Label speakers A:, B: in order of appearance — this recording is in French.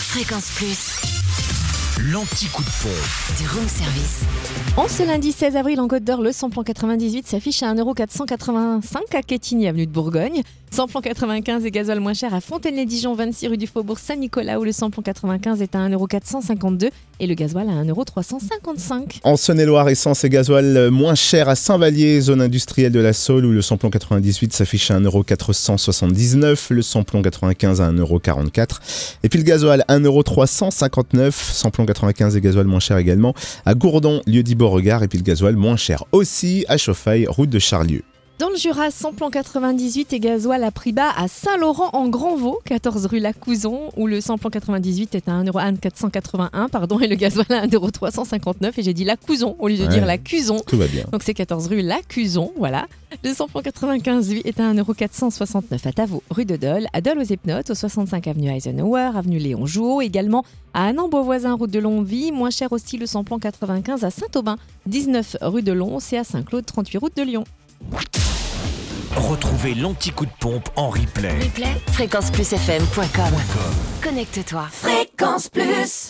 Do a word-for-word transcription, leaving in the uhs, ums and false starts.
A: Fréquence Plus.
B: L'anti-coup de pompe
A: Du room service.
C: En ce lundi seize avril, en Côte d'Or, le samplon quatre-vingt-dix-huit s'affiche à un euro quatre cent quatre-vingt-cinq à Quetigny, avenue de Bourgogne. Samplon quatre-vingt-quinze et gasoil moins cher à Fontaine-les-Dijon, vingt-six rue du Faubourg Saint-Nicolas, où le samplon quatre-vingt-quinze est à un euro quatre cent cinquante-deux et le gasoil à un euro trois cent cinquante-cinq.
D: En Saône-et-Loire, essence et gasoil moins cher à Saint-Vallier, zone industrielle de la Saule, où le samplon quatre-vingt-dix-huit s'affiche à un euro quatre cent soixante-dix-neuf, le samplon quatre-vingt-quinze à un euro quarante-quatre, et puis le gasoil un euro trois cent cinquante-neuf, samplon quatre-vingt-quinze et gasoil moins cher également à Gourdon, lieu-dit Beauregard, et puis le gasoil moins cher aussi à Chauffaille, route de Charlieu.
C: Dans le Jura, samplon quatre-vingt-dix-huit et gasoil à prix bas à Saint-Laurent-en-Grandvaux, quatorze rue Lacouzon, où le samplon quatre-vingt-dix-huit est à un euro quatre cent quatre-vingt-un pardon, et le gasoil à un euro trois cent cinquante-neuf. Et j'ai dit Lacouzon au lieu de
D: Ouais,
C: dire Lacuzon.
D: Tout va bien.
C: Donc c'est quatorze rue Lacuzon, voilà. Le samplon quatre-vingt-quinze, lui, est à un euro quatre cent soixante-neuf à Tavaux, rue de Dole, à Dole aux Epnotes, au soixante-cinq avenue Eisenhower, avenue Léon Jouot, également à Annan-Beauvoisin, route de Longwy. Moins cher aussi le samplon quatre-vingt-quinze à Saint-Aubin, dix-neuf rue de Lons, et à Saint-Claude, trente-huit route de Lyon.
B: Retrouvez l'anti-coup de pompe en replay.
A: Replay, fréquence plus f m point com. Connecte-toi. Fréquence Plus.